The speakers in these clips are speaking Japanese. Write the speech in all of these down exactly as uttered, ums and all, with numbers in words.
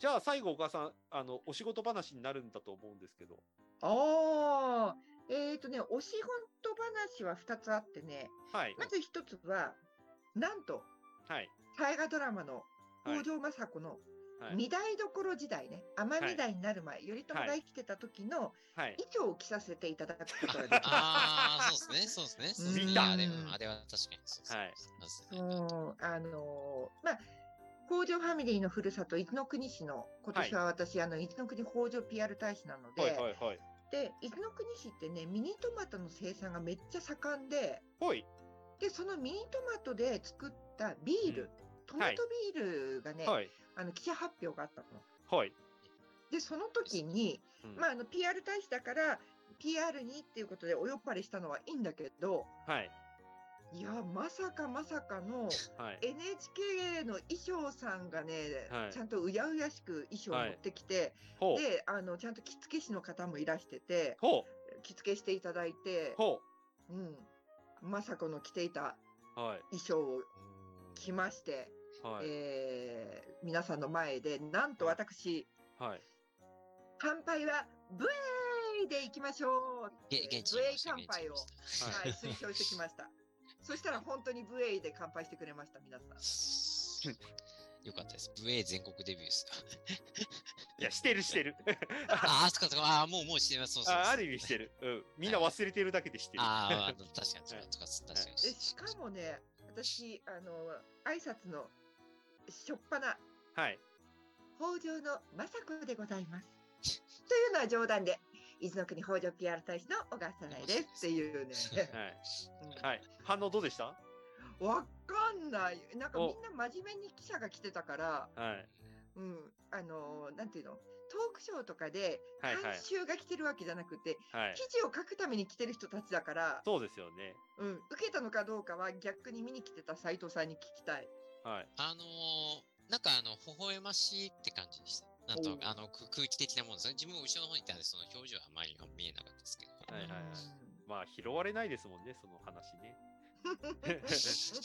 じゃあ最後お母さんあのお仕事話になるんだと思うんですけど。 ああ、えっとね、お仕事話はふたつあってね、 はい。 まずひとつは、なんと、 はい。 大河ドラマのはい。 北条政子のはい。 御台所時代ね、尼はい。 御台になる前、頼朝はい。 が生きてた時のはい。 衣装を着させていただくことができました。 ああ、そうですね、そうですね。そうですね。 見たあれ、うん、あれは確かにそうですね。 はい。 そうですね。 そう、あのーまあ、北条ファミリーのふるさと、伊豆の国市の、今年は私、あの、伊豆の国北条 ピーアール 大使なので、 はいはいはい。 で、伊豆の国市ってね、ミニトマトの生産がめっちゃ盛んで、 ほい。 で、そのミニトマトで作ったビール、 うんトマトビールがね、 はい。 あの記者発表があったの。 はい。 で、その時に、 うんまあ、あの ピーアール 大使だから、ピーアール にっていうことでお呼ばれしたのはいいんだけど、 はい。 いや、まさかまさかのはい。 エヌエイチケー の衣装さんがね、 はいちゃんとうやうやしく衣装を持ってきて、 ほう。 で、あのちゃんと着付け師の方もいらしてて、 ほ着付けしていただいてう。、ほうん、政子の着ていたう。はい。 衣装をうん着まして、 はい。 えー皆さんの前で、なんと私、 はい。 乾杯はブエーイでいきましょうってげ現地ブエイにいました乾杯を、 現地にいまはい、推奨してきました。そしたら本当にブエイで乾杯してくれました、皆さん。 したよかったです。ブイエー 全国デビューです。 いや、してるしてる。 ああ、そっかそっか。ああ、もうもうしてます。そうそうそう。 あある意味してる。うん。みんな忘れてるだけでしてる。 ああ、確かに、確かに、確かに。 でしかもね、私、あの、挨拶のしょっぱな、 はい。 北条の政子でございます。というのは冗談で、伊豆の国北条 ピーアール 大使の小笠原ですっていうね。 はい。 うんはい。反応どうでしたわかんない。なんかみんな真面目に記者が来てたから、 はい。 うん、あのなんていうの、トークショーとかではいはい監修が来てるわけじゃなくて、 はい。 記事を書くために来てる人たちだから、 そうですよね。 うん、受けたのかどうかは逆に見に来てた斉藤さんに聞きたい。 はい。 あのー、なんかあの、微笑ましいって感じでした。なんと、あの、く空気的なものですね。自分も後ろの方にいたんで、その表情はあまり見えなかったですけど。 はいはいはい。 うんまあ、拾われないですもんね、その話ね。はいはいはいはい。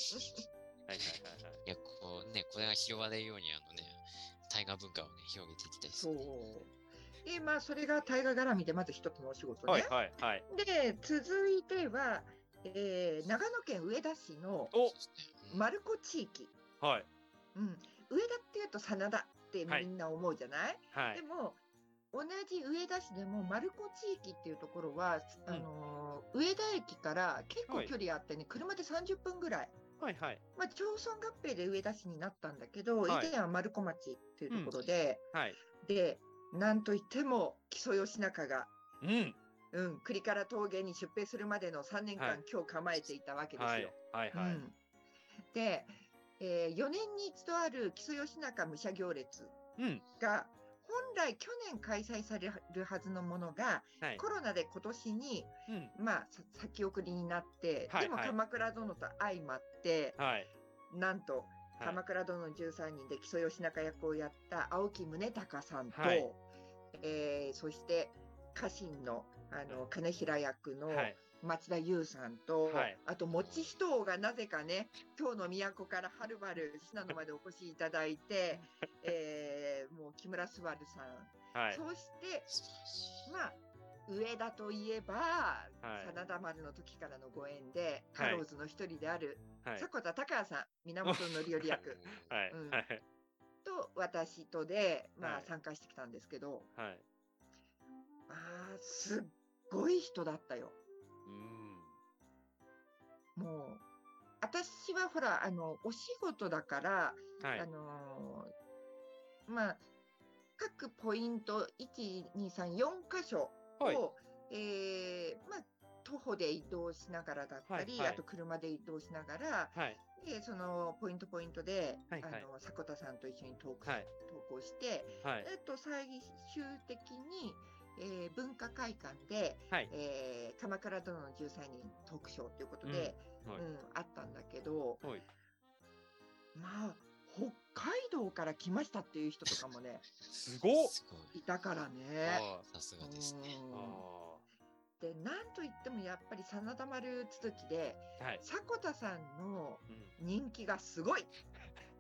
いや、こうね、これが広がれるように、あのね、大河文化をね、広げていきたいですそね。 う。で、まあ、それが大河絡みでまず一つのお仕事ね。 はいはいはい。 で、続いては、えー長野県上田市のおそうですねうん丸子地域。 はいうん、上田っていうと真田ってみんな思うじゃない、 はいで。も同じ上田市でも丸子地域っていうところは、 うんあのー上田駅から結構距離あってね、車でさんじゅっぷんぐらい、 はいはい。 まあ、町村合併で上田市になったんだけど、 はい以前は丸子町っていうところで、 はい。 でなんといっても木曽義仲が、 うん。 うん、栗から峠に出兵するまでのさんねんかん、 はい今日構えていたわけですはいよ。 はいはい。 うん、で、えーよねんに一度ある木曽義仲武者行列うん。 が本来去年開催されるはずのものが、 はい。 コロナで今年に、 うん。 まあ、さ先送りになって、 はいはいでも鎌倉殿と相まって、 はい。 なんとはい鎌倉殿のじゅうさんにんで木曽義仲役をやった青木宗隆さんと、 はいえーそして家臣のあの金平役のはい。 松田優さんと、 はいあと餅人がなぜかね、京の都からはるばる信濃までお越しいただいて、えーもう木村昴さん、 はい。 そして素晴らしい。 まあ上田といえば、 はい真田丸の時からのご縁で、 はいカローズの一人である、 はい。 迫田孝也さん、源範頼役はい。 うんはい。 と私とで、まあ、 はい参加してきたんですけど、 はい。 あーすっごい人だったよ。 うん。 もう私はほらあのお仕事だから、あはい。 のーまあ各ポイントいちにさんよん箇所を、 はい。 えーまあ、徒歩で移動しながらだったり、 はいはいあと車で移動しながら、 はい。 でそのポイントポイントで、 はいはいあの迫田さんと一緒にトーク、 はい投稿して、 はい。 えっと最終的に、えー文化会館で、 はい。 えー鎌倉殿のじゅうさんにんトークショーということで、 はい。 うんあったんだけど、 はい。 まあ北海道から来ましたっていう人とかもねすごっ。 すごい。 いたからね。 あさすがですね。 うんあ。 でなんといってもやっぱり真田丸続きではい。 迫田さんのうん。 人気がすごい。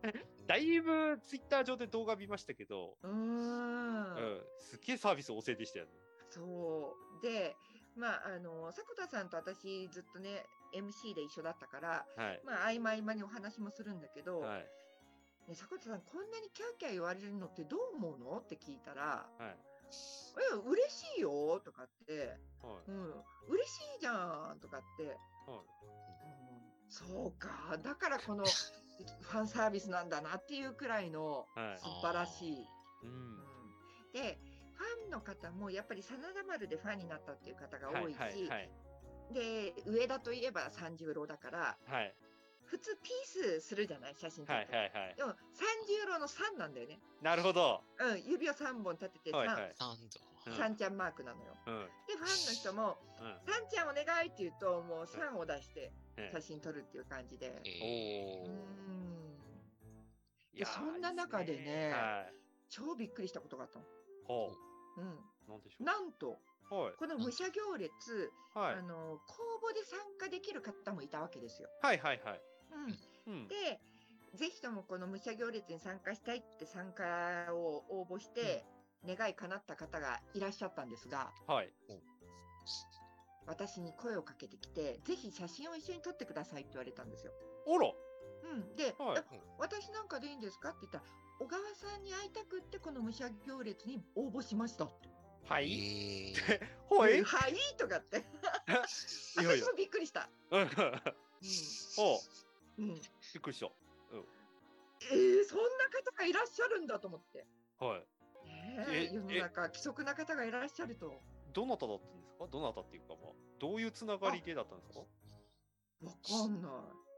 だいぶツイッター上で動画見ましたけど、 うー。 うんん、すっげえサービス旺盛でしたよね。 そう。で、まあ、あの、迫田さんと私ずっとね、エムシー で一緒だったから、 はい。 まあ、合間合間にお話もするんだけど、 はい。 ね、迫田さん、こんなにキャーキャー言われるのってどう思うのって聞いたら、 はい。 え、嬉しいよとかって、 はうん、嬉しいじゃんとかって、 い。はい。 うん、そうか、だからこのファンサービスなんだなっていうくらいのはい素晴らしい。 う。 うんん、で、ファンの方もやっぱり真田丸でファンになったっていう方が多いし、 はい。はい。はい。 で、上田といえば三十郎だから、 はい。 普通ピースするじゃない、写真撮はい。 ると。 はい。はい。 でも三十郎のさんなんだよね。 なるほど。 うん、指をさんぼん立ててさん、 はい。はい。 サンド。 うんさんちゃんマークなのよ。 うん。 で、ファンの人も、 うん。 さんちゃんお願いって言うと、もうさんを出してえ写真撮るっていう感じで。 えうおー。 ん。 いやーそんな中でねいいすはい。 超びっくりしたことがあったの。 ほうう。なんでしょん。なんと、 う。はい。 この武者行列、 はいあ。の、公募で参加できる方もいたわけですよ。 はい。はい。はい。 うん。 うん。 で、ぜひともこの武者行列に参加したいって参加を応募して、願い叶った方がいらっしゃったんですが、 はい。 私に声をかけてきて、ぜひ写真を一緒に撮ってくださいって言われたんですよ。 おら。 うん。で、 はいえ私なんかでいいんですかって言ったら、小川さんに会いたくってこの武者行列に応募しましたって。 はえい。 ーほい。 うんはいとかって。 いやいや私もびっくりした。 うん。 うん。 おう。 うん、 びっくりした。 えー、そんな方がいらっしゃるんだと思って。 はい。えねえ、世の中、規則な方がいらっしゃると。 どなただったんですか？どなたっていうか、まあ、どういうつながりでだったんですか？ わかんない。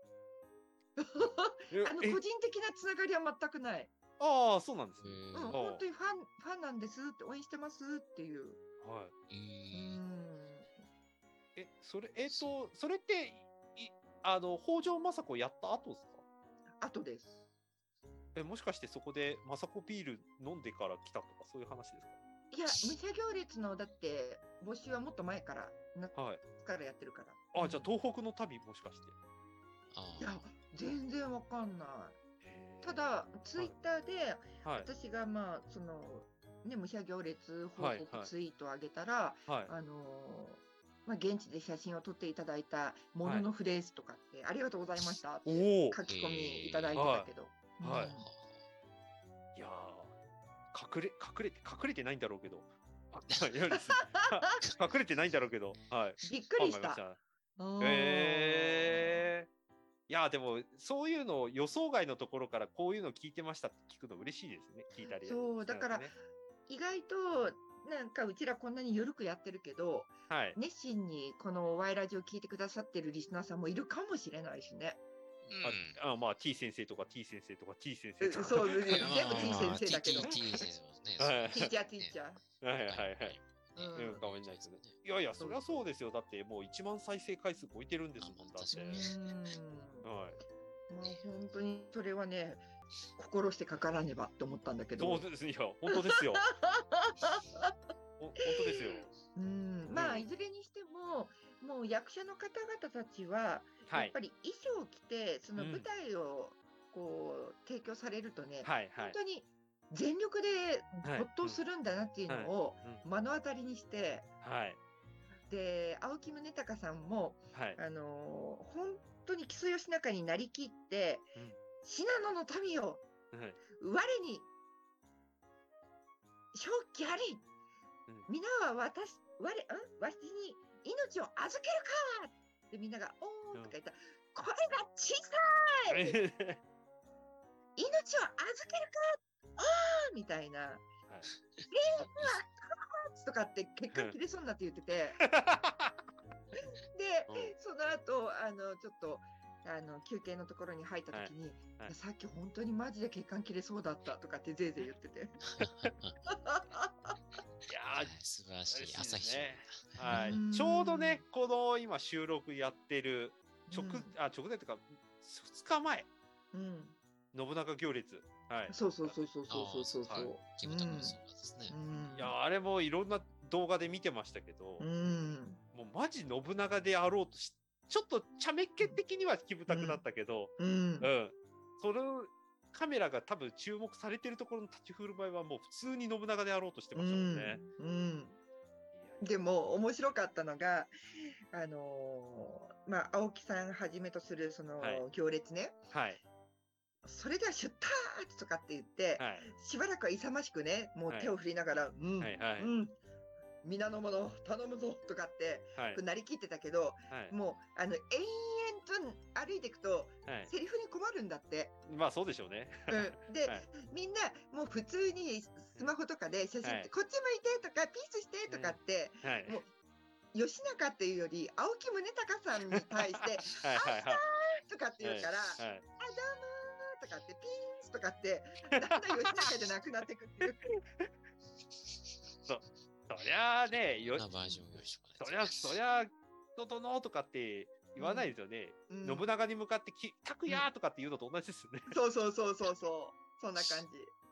えあの、 え個人的なつながりは全くない。 ああ、そうなんですね。 うん、 あ本当にファン、ファンなんですって、応援してますっていう。 はい。 えうーん。 え、それ、えっと、それって、い、あの、北条政子やった後ですか？ 後です。 え、もしかしてそこで政子ビール飲んでから来たとか、そういう話ですいや、武者行列の、だって、募集はもっと前から、夏か？はい。 からやってるから。 あ、じゃあ東北の旅もしかして。 あいや、全然わかんない。 へーただ、ツイッターで、 はい。 私がまあ、その、ね、武者行列報はいはい告ツイートを上げたら、 はい。 あのーまあ、現地で写真を撮っていただいたもののフレーズとかって、ありがとうございましたっておお。 書き込みいただいてたけど。 はいうんいやー、隠れ、隠れて、隠れてないんだろうけど。あ、いやです隠れてないんだろうけど。はい。 びっくりした。 考えまうんへえー。いやー、でも、そういうのを予想外のところからこういうの聞いてましたって聞くの嬉しいですね。聞いたり。 そうだからね意外と、なんかうちらこんなに緩くやってるけど、 はい。 熱心にこのワイラジオ聞いてくださってるリスナーさんもいるかもしれないしね。 うんあ、あまあ、T 先生とか T 先生とか T 先生とか。 そう、全部いやまあ T 先生だけど。 T- テ T- T 先生もね。 はいィーチャー、ティーチャー。 はいはいはい。 うんうん、かもしれないですね。いやいや、そりゃそうですよ。だってもういちまん再生回数超えてるんですもん、だって。 あうはい。 んもう本当にそれはね、心してかからねばって思ったんだけど。 そうですよ。本当ですよ。ほ本当ですよ。 うん、まあ、 うんいずれにしても、もう役者の方々たちは、 はいやっぱ。り衣装を着て、そのうん舞台をこう提供されるとね、 はいはい。 本当に全力ではい没頭するんだなっていうのをうん目の当たりにして、 はい。 で、青木宗隆さんも、 はい。 あのー本当に木曽義仲になりきって、 うん信濃の民よ、 はい。 我に正気あり、 うん皆は私、我、んわしに命を預けるかってみんなが、おーとか言ったら、声が小さい命を預けるかあーみたいな、とかって血管切れそうになって言ってて、で、その後、あの、ちょっと、あの、休憩のところに入った時に、 はいはいさっき本当にマジで血管切れそうだったとかってぜいぜい言ってて。 いやはいー、 素晴らしい。 嬉朝日しいですね新聞だ。 はいうん。 ちょうどね、この今収録やってる直、 うんあ、直前というか、ふつかまえ、 うん。 信長行列。はい。 そうそうそうそうそうそうそう。 はいキムタクもそうですね。 うん。 いや、あれもいろんな動画で見てましたけど、 うん。 もうマジ信長であろうとし、ちょっと茶目っ気的にはキムタクだったけど、 うんう。ん。それカメラが多分注目されてるところの立ち振る舞いはもう普通に信長であろうとしてましたもんね。 うんうんでも面白かったのが、あのーまあ、青木さんはじめとするそのはい行列ね、 はいそれでは出発とかって言って、 はいしばらくは勇ましくね、もう手を振りながら、うん、 はいはいうん、皆の者頼むぞとかって、 はいこうなりきってたけど、 はいもうあの延々と歩いていくと、 はいセリフに困るんだって。 まあそうでしょうね。 うん、で、 はいみんなもう普通にスマホとかで写真、 はいこっち向いてとかピースしてとかって、 はいもう吉永っていうより青木宗隆さんに対してはいはいはいとかって言うから、 はいあどうもーとかってピースとかってだんだん吉永じゃなくなってくっていう。 そりゃあねよなバージョンを用意しとかそりゃないとそりゃととのとかって言わないですよね。 うん信長に向かってき拓也とかって言うのと同じですよね。 そうそうそうそうそうそんな感じ。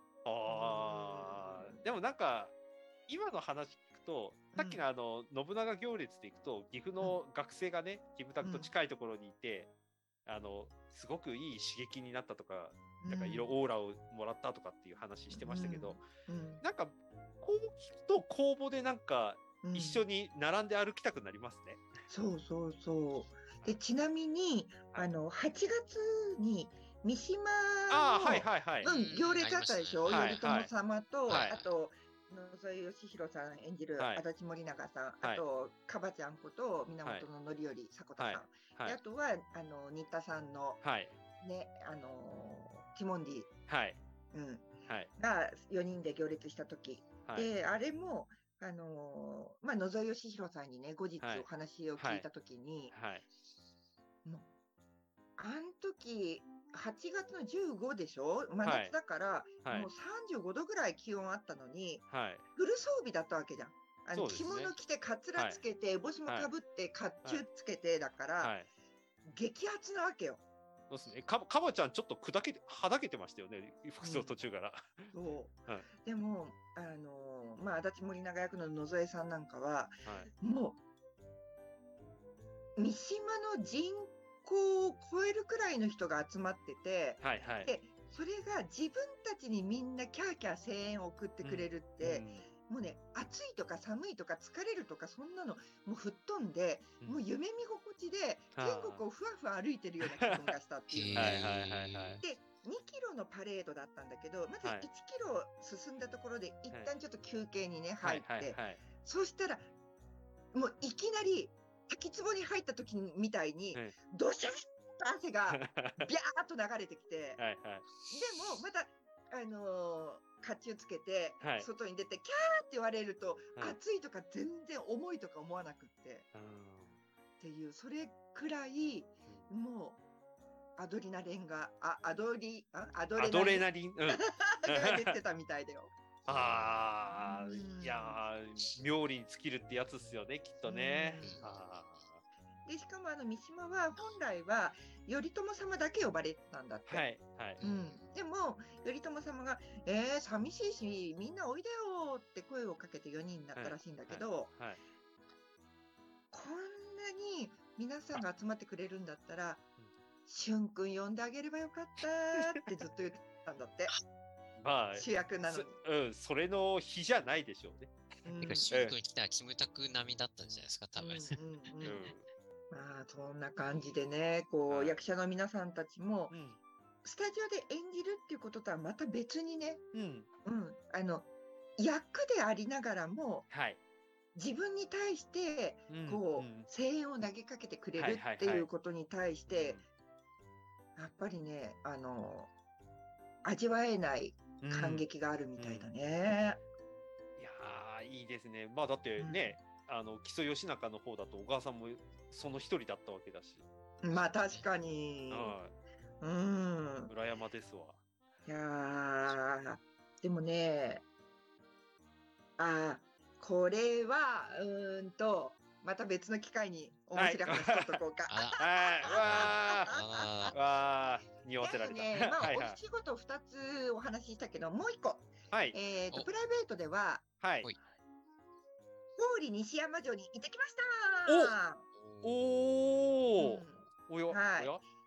ああ、でもなんか今の話聞くと、さっきのあの、信長行列で行くと岐阜の学生がね、キムタクと近いところにいて、あのすごくいい刺激になったとか、なんか色オーラをもらったとかっていう話してましたけど、 うんなんかこう聞くと公募でなんかうん一緒に並んで歩きたくなりますね。 そうそうそう。でちなみにあのはちがつに三島のああ、はいはいはい。 うん、行列あったでしょ、 はい頼朝様と、 はいあと野添義弘さん演じるはい足立森永さん、 はいあとカバちゃんこと源範頼迫田さん、 はいであとはあの新田さんのはいねあのティモンディ、 はいうん、 はいがよにんで行列した時、 はいであれもあのまあ野添義弘さんにね後日はいお話を聞いた時に、 はいもうあん時はちがつのじゅうごでしょ、真夏だから、 はいもうさんじゅうごどぐらい気温あったのにはいフル装備だったわけじゃん。あの、着そうですね物着てかつらつけて、烏帽子もかぶって甲冑つけてだから、 はい。 激アツなわけよ。 そうですね。かかばちゃんちょっと砕けてはだけてましたよね。服装途中から。 そう、 はいでもあのまあ足立森永役の野添さんなんかははいもう三島の人口を超えるくらいの人が集まってて、 はいはい。 でそれが自分たちにみんなキャーキャー声援を送ってくれるって、もうね暑いとか寒いとか疲れるとかそんなのもう吹っ飛んで、 うんもう夢見心地ではあ天国をふわふわ歩いてるような気分がしたっていうね。 はいはいはいはい。 でにキロのパレードだったんだけど、まずはいいちキロ進んだところで一旦ちょっと休憩にね、 はい入って、 はいはい。 そうしたらもういきなり滝壺に入った時みたいに、 はいどしゃっと汗がビャーっと流れてきて、 はいはい。 でもまたあのー甲冑つけてはい外に出てキャーって言われると、 はい暑いとか全然重いとか思わなくってっていう、それくらいもうアドリナレンがあアドリあアドアドレナリン。うん。 が出てたみたいだよ。 ああ、 うんいやー、妙利に尽きるってやつっすよね、きっとね。 うんあでしかもあの三島は本来は頼朝様だけ呼ばれてたんだって。 ーはいはい。 うん、でも頼朝様が「えー、寂しいしみんなおいでよ」って声をかけてよにんになったらしいんだけど、 はい。 こんなに皆さんが集まってくれるんだったらうん 「俊君呼んであげればよかった」ってずっと言ってたんだってまあ、 主役なのにす。うん、それの日じゃないでしょうね。 うんてか、シュン君来たらキムタク並みだったんじゃないですか、多分。 うんうんううんまあそんな感じでねこう、 はい役者の皆さんたちもん。 スタジオで演じるっていうこととはまた別にね、 うん。 うん、あの役でありながらもはい。 自分に対してうんこう、 ん声援を投げかけてくれるはいはいはいっていうことに対して、やっぱりねあの味わえないうん感激があるみたいだね。 いやー、いいですね。まあ、だってね、あの、木曽義仲の方だと小川さんもその一人だったわけだし。 まあ確かに。 はうんい。。裏山ですわ。 いやーでもね、あーこれはうーんとまた別の機会に面白い話しとっとこうか。 あら、 はい。わあー。わー。匂わせでられた。 もね、まあ、 はいはいお仕事ふたつお話ししたけど、もういっこ、 はい。 えー、とおプライベートでは、 はいほい。 毛利西山城に行ってきました。 ら。 おお。 うんおよ。 はいおよ。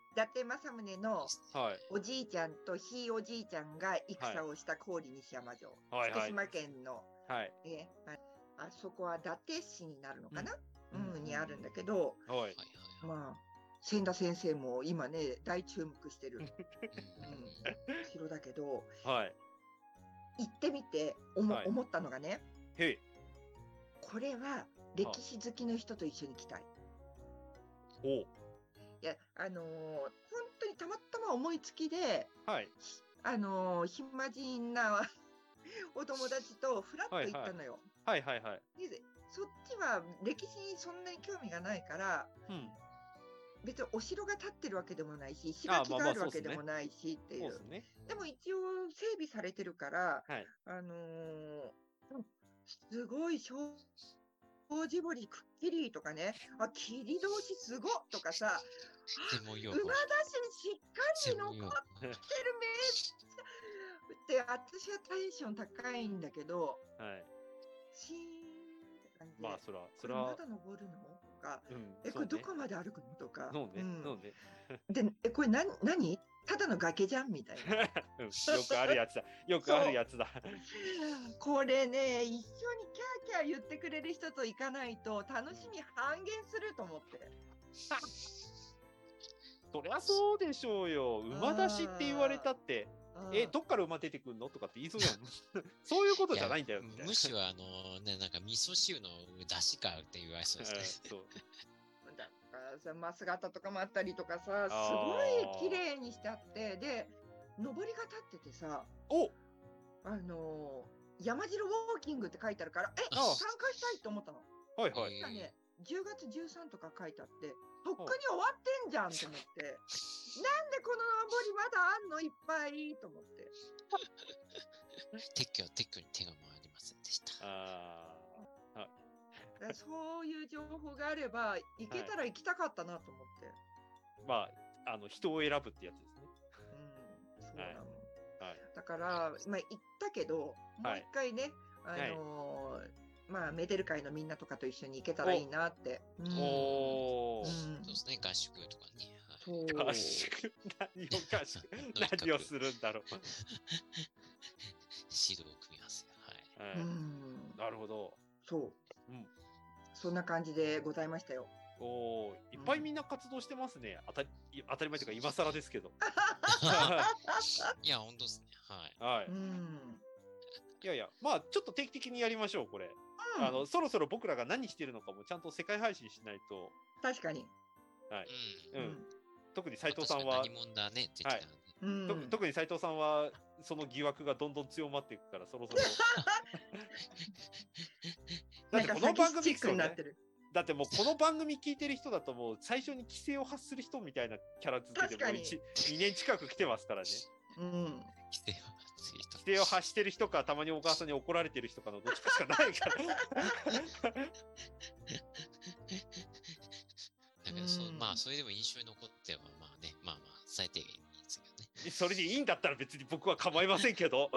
伊達政宗のはい。 おじいちゃんとひいおじいちゃんが戦をした郡西山城、 はいはい福島県の、 はい。 えああそこは伊達市になるのかな、 ううんんにあるんだけど、 はい。 はいはいまあ千田先生も今ね大注目してる、 はい。 うん、城だけどはい。 行ってみて思,、 はい思ったのがね、 へい。 これは歴史好きの人と一緒に来たい。 おう。 いやあのー本当にたまたま思いつきで、 はい。 あのー暇人なお友達とフラッと行ったのよ。 はいはいはい。 でそっちは歴史にそんなに興味がないからうん。 別にお城が建ってるわけでもないし石あまあまあ垣があるわけでもないしっていう。 そうですね。 でも一応整備されてるから、 はい。 あのーうんすごい障子堀くっきりとかね、あ切り通しすごっとかさ、 専門用語。 馬田市にしっかり専残っ門用語。 てるめっちゃ。で私はテンション高いんだけど、 はい。 シーンって感じで、 まあ、そら、 こそら、 れまだ登るのとか、 うん。 えこれそうねどこまで歩くのとか、 そうね。 うんそうね。 でえこれ何何ただの崖じゃんみたいな。 うんよくあるやつだ。よくあるやつだ。 これね、一緒にキャーキャー言ってくれる人と行かないと楽しみ半減すると思って。 そりゃそうでしょうよ。馬出しって言われたって、え、どっから馬出てくんのとかって言いそうじゃん。そういうことじゃないんだよ。みたいなむしろあの、ね、なんか味噌汁の出汁かって言われそううんですね。 そう。 だからさ、まあ、姿とかもあったりとかさ、すあごーい綺麗にしてあって、で、上りが立っててさ、 おあのー山城ウォーキングって書いてあるから、え、 あ参加したいと思ったの。 はいはい。 じゃあね、じゅうがつじゅうさんとか書いてあって、とっくに終わってんじゃんと思って、なんでこの上りまだあんのいっぱいと思って。 撤去、撤去に手が回りませんでした。 あだからそういう情報があれば、行けたら行きたかったなと思って。 ーまあ、あの、人を選ぶってやつですね。 うん、そうなの。 はい。 だから、まあ、行ったけど、もう一回ね、あのーまあ、メデル会のみんなとかと一緒に行けたらいいなって。うんおー。 うんそうですね、合宿とかね。はいそう合宿何を合宿何をするんだろう。 指導を組み合わせ。はい。 はいうん、 なるほど。 そう。 うん。 そんな感じでございましたよ。 おーいっぱいみんな活動してますね。当たり当たり前というか今更ですけど。 いや、本当ですね。はい。 はい。 うん。 いやいや、まあちょっと定期的にやりましょう、これ。 うんあの、そろそろ僕らが何してるのかもちゃんと世界配信しないと。 確かに。 はい。 うん。 うん。特に斉藤さんは、 何者だね、的なね。 うん。 と特に斉藤さんは、その疑惑がどんどん強まっていくから、そろそろ。だなんかってこの番組詐欺師チックになってる。 だってもうこの番組聞いてる人だともう最初に規制を発する人みたいなキャラ付けでもう確かににねん近く来てますからね。 うん。 規制はついた規制を発してる人かたまにお母さんに怒られてる人かのどっちかしかないから。 だけどそううんまあ、それでも印象に残っては、まあね、まあまあ、最低限いいですけどね。 それでいいんだったら別に僕は構いませんけど。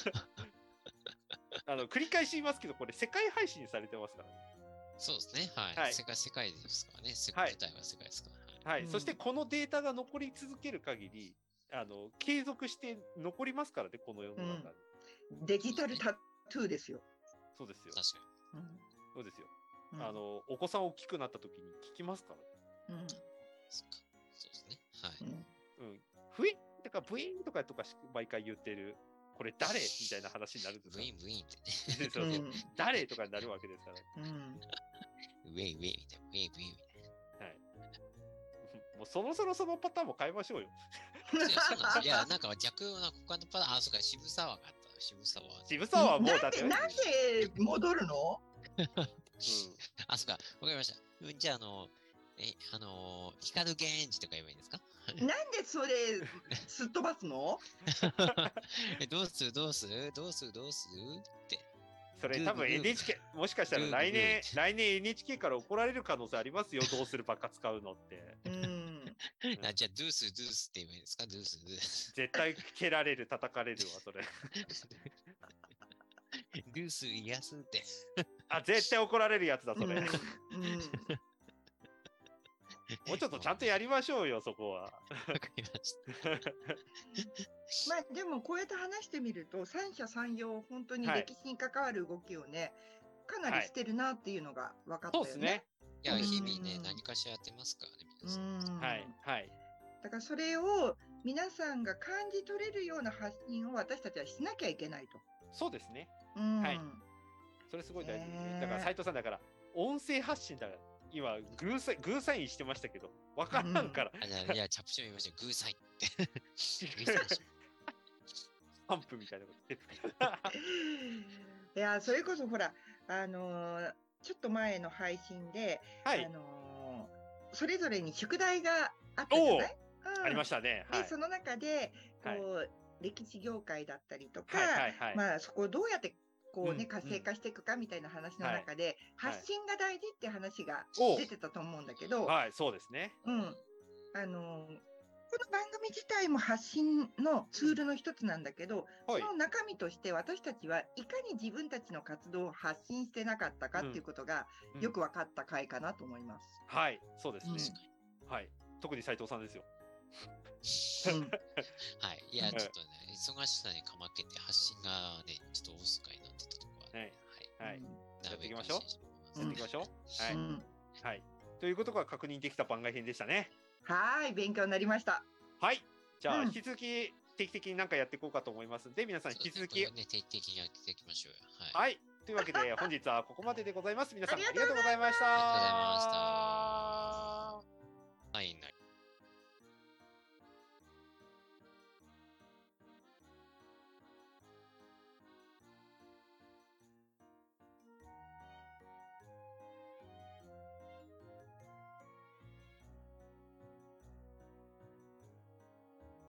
あの繰り返し言いますけど、これ世界配信されてますからね。 そうですね。はい。 はい世界、世界ですからね。世はい界舞台は世界ですから。はいはい、 うんそしてこのデータが残り続ける限り、あの継続して残りますからね、この世の中に。 デジタルタトゥーですよ。 そうですよ。 確かに。 うんそうですよ。 うんあのお子さん大きくなった時に聞きますから。 うんそっか。そうですね。はい。 うんうん。ふいんとかブイーンとかとかし毎回言ってる、これ誰みたいな話になるんですよ。 ブイーンブイーンってね。 そうそううん誰とかになるわけですから。 うんウェイウェイみたいな。ウェイウェイみたいな。 はい。もうそろそろそのパターンも変えましょうよ。 いや、そうなんですよ。いや、なんか逆な他のパターン、あ、そうか、渋沢があった。渋沢。 渋沢はもうだって。 なんでなんで戻るの？ あ、そうか、わかりました。うんじゃあ、あの、え、あのー、光源氏とか言えばいいんですかなんでそれすっ飛ばすの？ えどうするどうするどうするどうするって。 それ多分 エヌエイチケー、もしかしたら来年、来年 エヌエイチケー から怒られる可能性ありますよ。どうするばっか使うのって。 うん。 あじゃあ、ドゥース、ドゥースって言えばいいんですかドゥース、ドゥース。 絶対蹴られる、叩かれるわ、それ。 ドゥース、イヤスって。 あ、絶対怒られるやつだ、それ。 うんうんもうちょっとちゃんとやりましょうよ、そこは。 わかりました。 まあでもこうやって話してみると三者三様本当にはい歴史に関わる動きをね、かなりはいしてるなっていうのが分かったよね。 そうですね。 いや、 うん日々ね、何かしらやってますからね、皆さん。 うんはい。はい。 だからそれを皆さんが感じ取れるような発信を私たちはしなきゃいけないと。 そうですね。 うんはいそれすごい大事ですね。 ねだから斉藤さんだから、音声発信だから、今、グーサイン、グーサインしてましたけど、わからんから。 あじゃあいや、チャプチョン言いましたよ。グーサインって。グーサインしパンプみたいなこと言っていやそれこそほらあのーちょっと前の配信で、 はいあ、のーそれぞれに宿題があったじゃない、うん、 ありましたね。はいで、その中でこう、 はい歴史業界だったりとか、 はいはいはい。 まあ、そこをどうやってこう、ねうん活性化していくかみたいな話の中で、 はい発信が大事って話がおう出てたと思うんだけど、 はい、そうですね。 うん、あのーこの番組自体も発信のツールの一つなんだけど、 はいその中身として私たちはいかに自分たちの活動を発信してなかったかっていうことがうんよく分かった回かなと思います。 はい、そうですね。 うんはい。特に斉藤さんですよ。 うんはい。いや、 うんちょっとね、忙しさにかまけて発信がね、ちょっとおろそかになってたところは、 はいはい。 はい。 だいぶやっていきましょう更新してますうんやっていきましょう。はい。 うんはい。ということが確認できた番外編でしたね。 はーい、勉強になりました。 はい。じゃあ、 うん引き続き定期的に何かやっていこうかと思いますので、皆さん引き続き、 そうですね、これをね、定期的にやっていきましょうよ。はい。 はい。というわけで、本日はここまででございます。皆さん、ありありがとうございますがとうございました。 ありがとうございました。はい、な